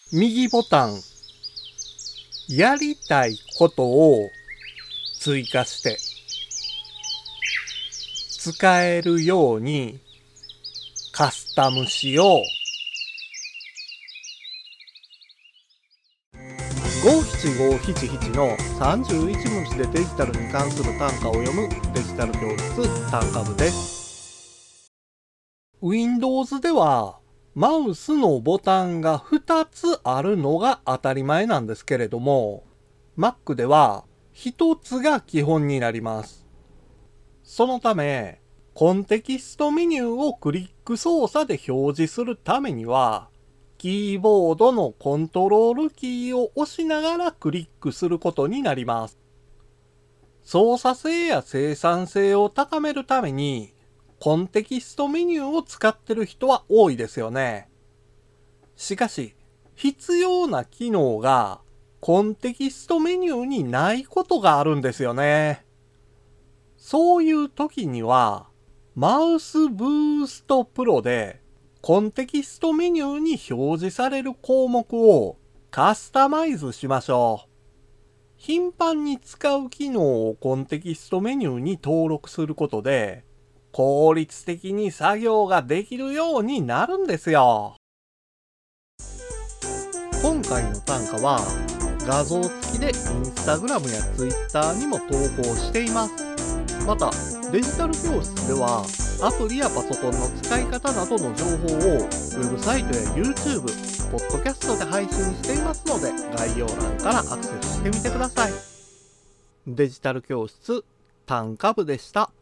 右ボタン、やりたいことを追加して使えるようにカスタムしよう。57577の31文字でデジタルに関する単価を読むデジタル教室単価部です。Windows ではマウスのボタンが2つあるのが当たり前なんですけれども、Mac では1つが基本になります。そのため、コンテキストメニューをクリック操作で表示するためには、キーボードのコントロールキーを押しながらクリックすることになります。操作性や生産性を高めるために、コンテキストメニューを使ってる人は多いですよね。しかし、必要な機能がコンテキストメニューにないことがあるんですよね。そういう時には、マウスブーストプロでコンテキストメニューに表示される項目をカスタマイズしましょう。頻繁に使う機能をコンテキストメニューに登録することで、効率的に作業ができるようになるんですよ。今回の単価は画像付きで Instagram や Twitter にも投稿しています。またデジタル教室ではアプリやパソコンの使い方などの情報をウェブサイトや YouTube、ポッドキャストで配信していますので、概要欄からアクセスしてみてください。デジタル教室単価部でした。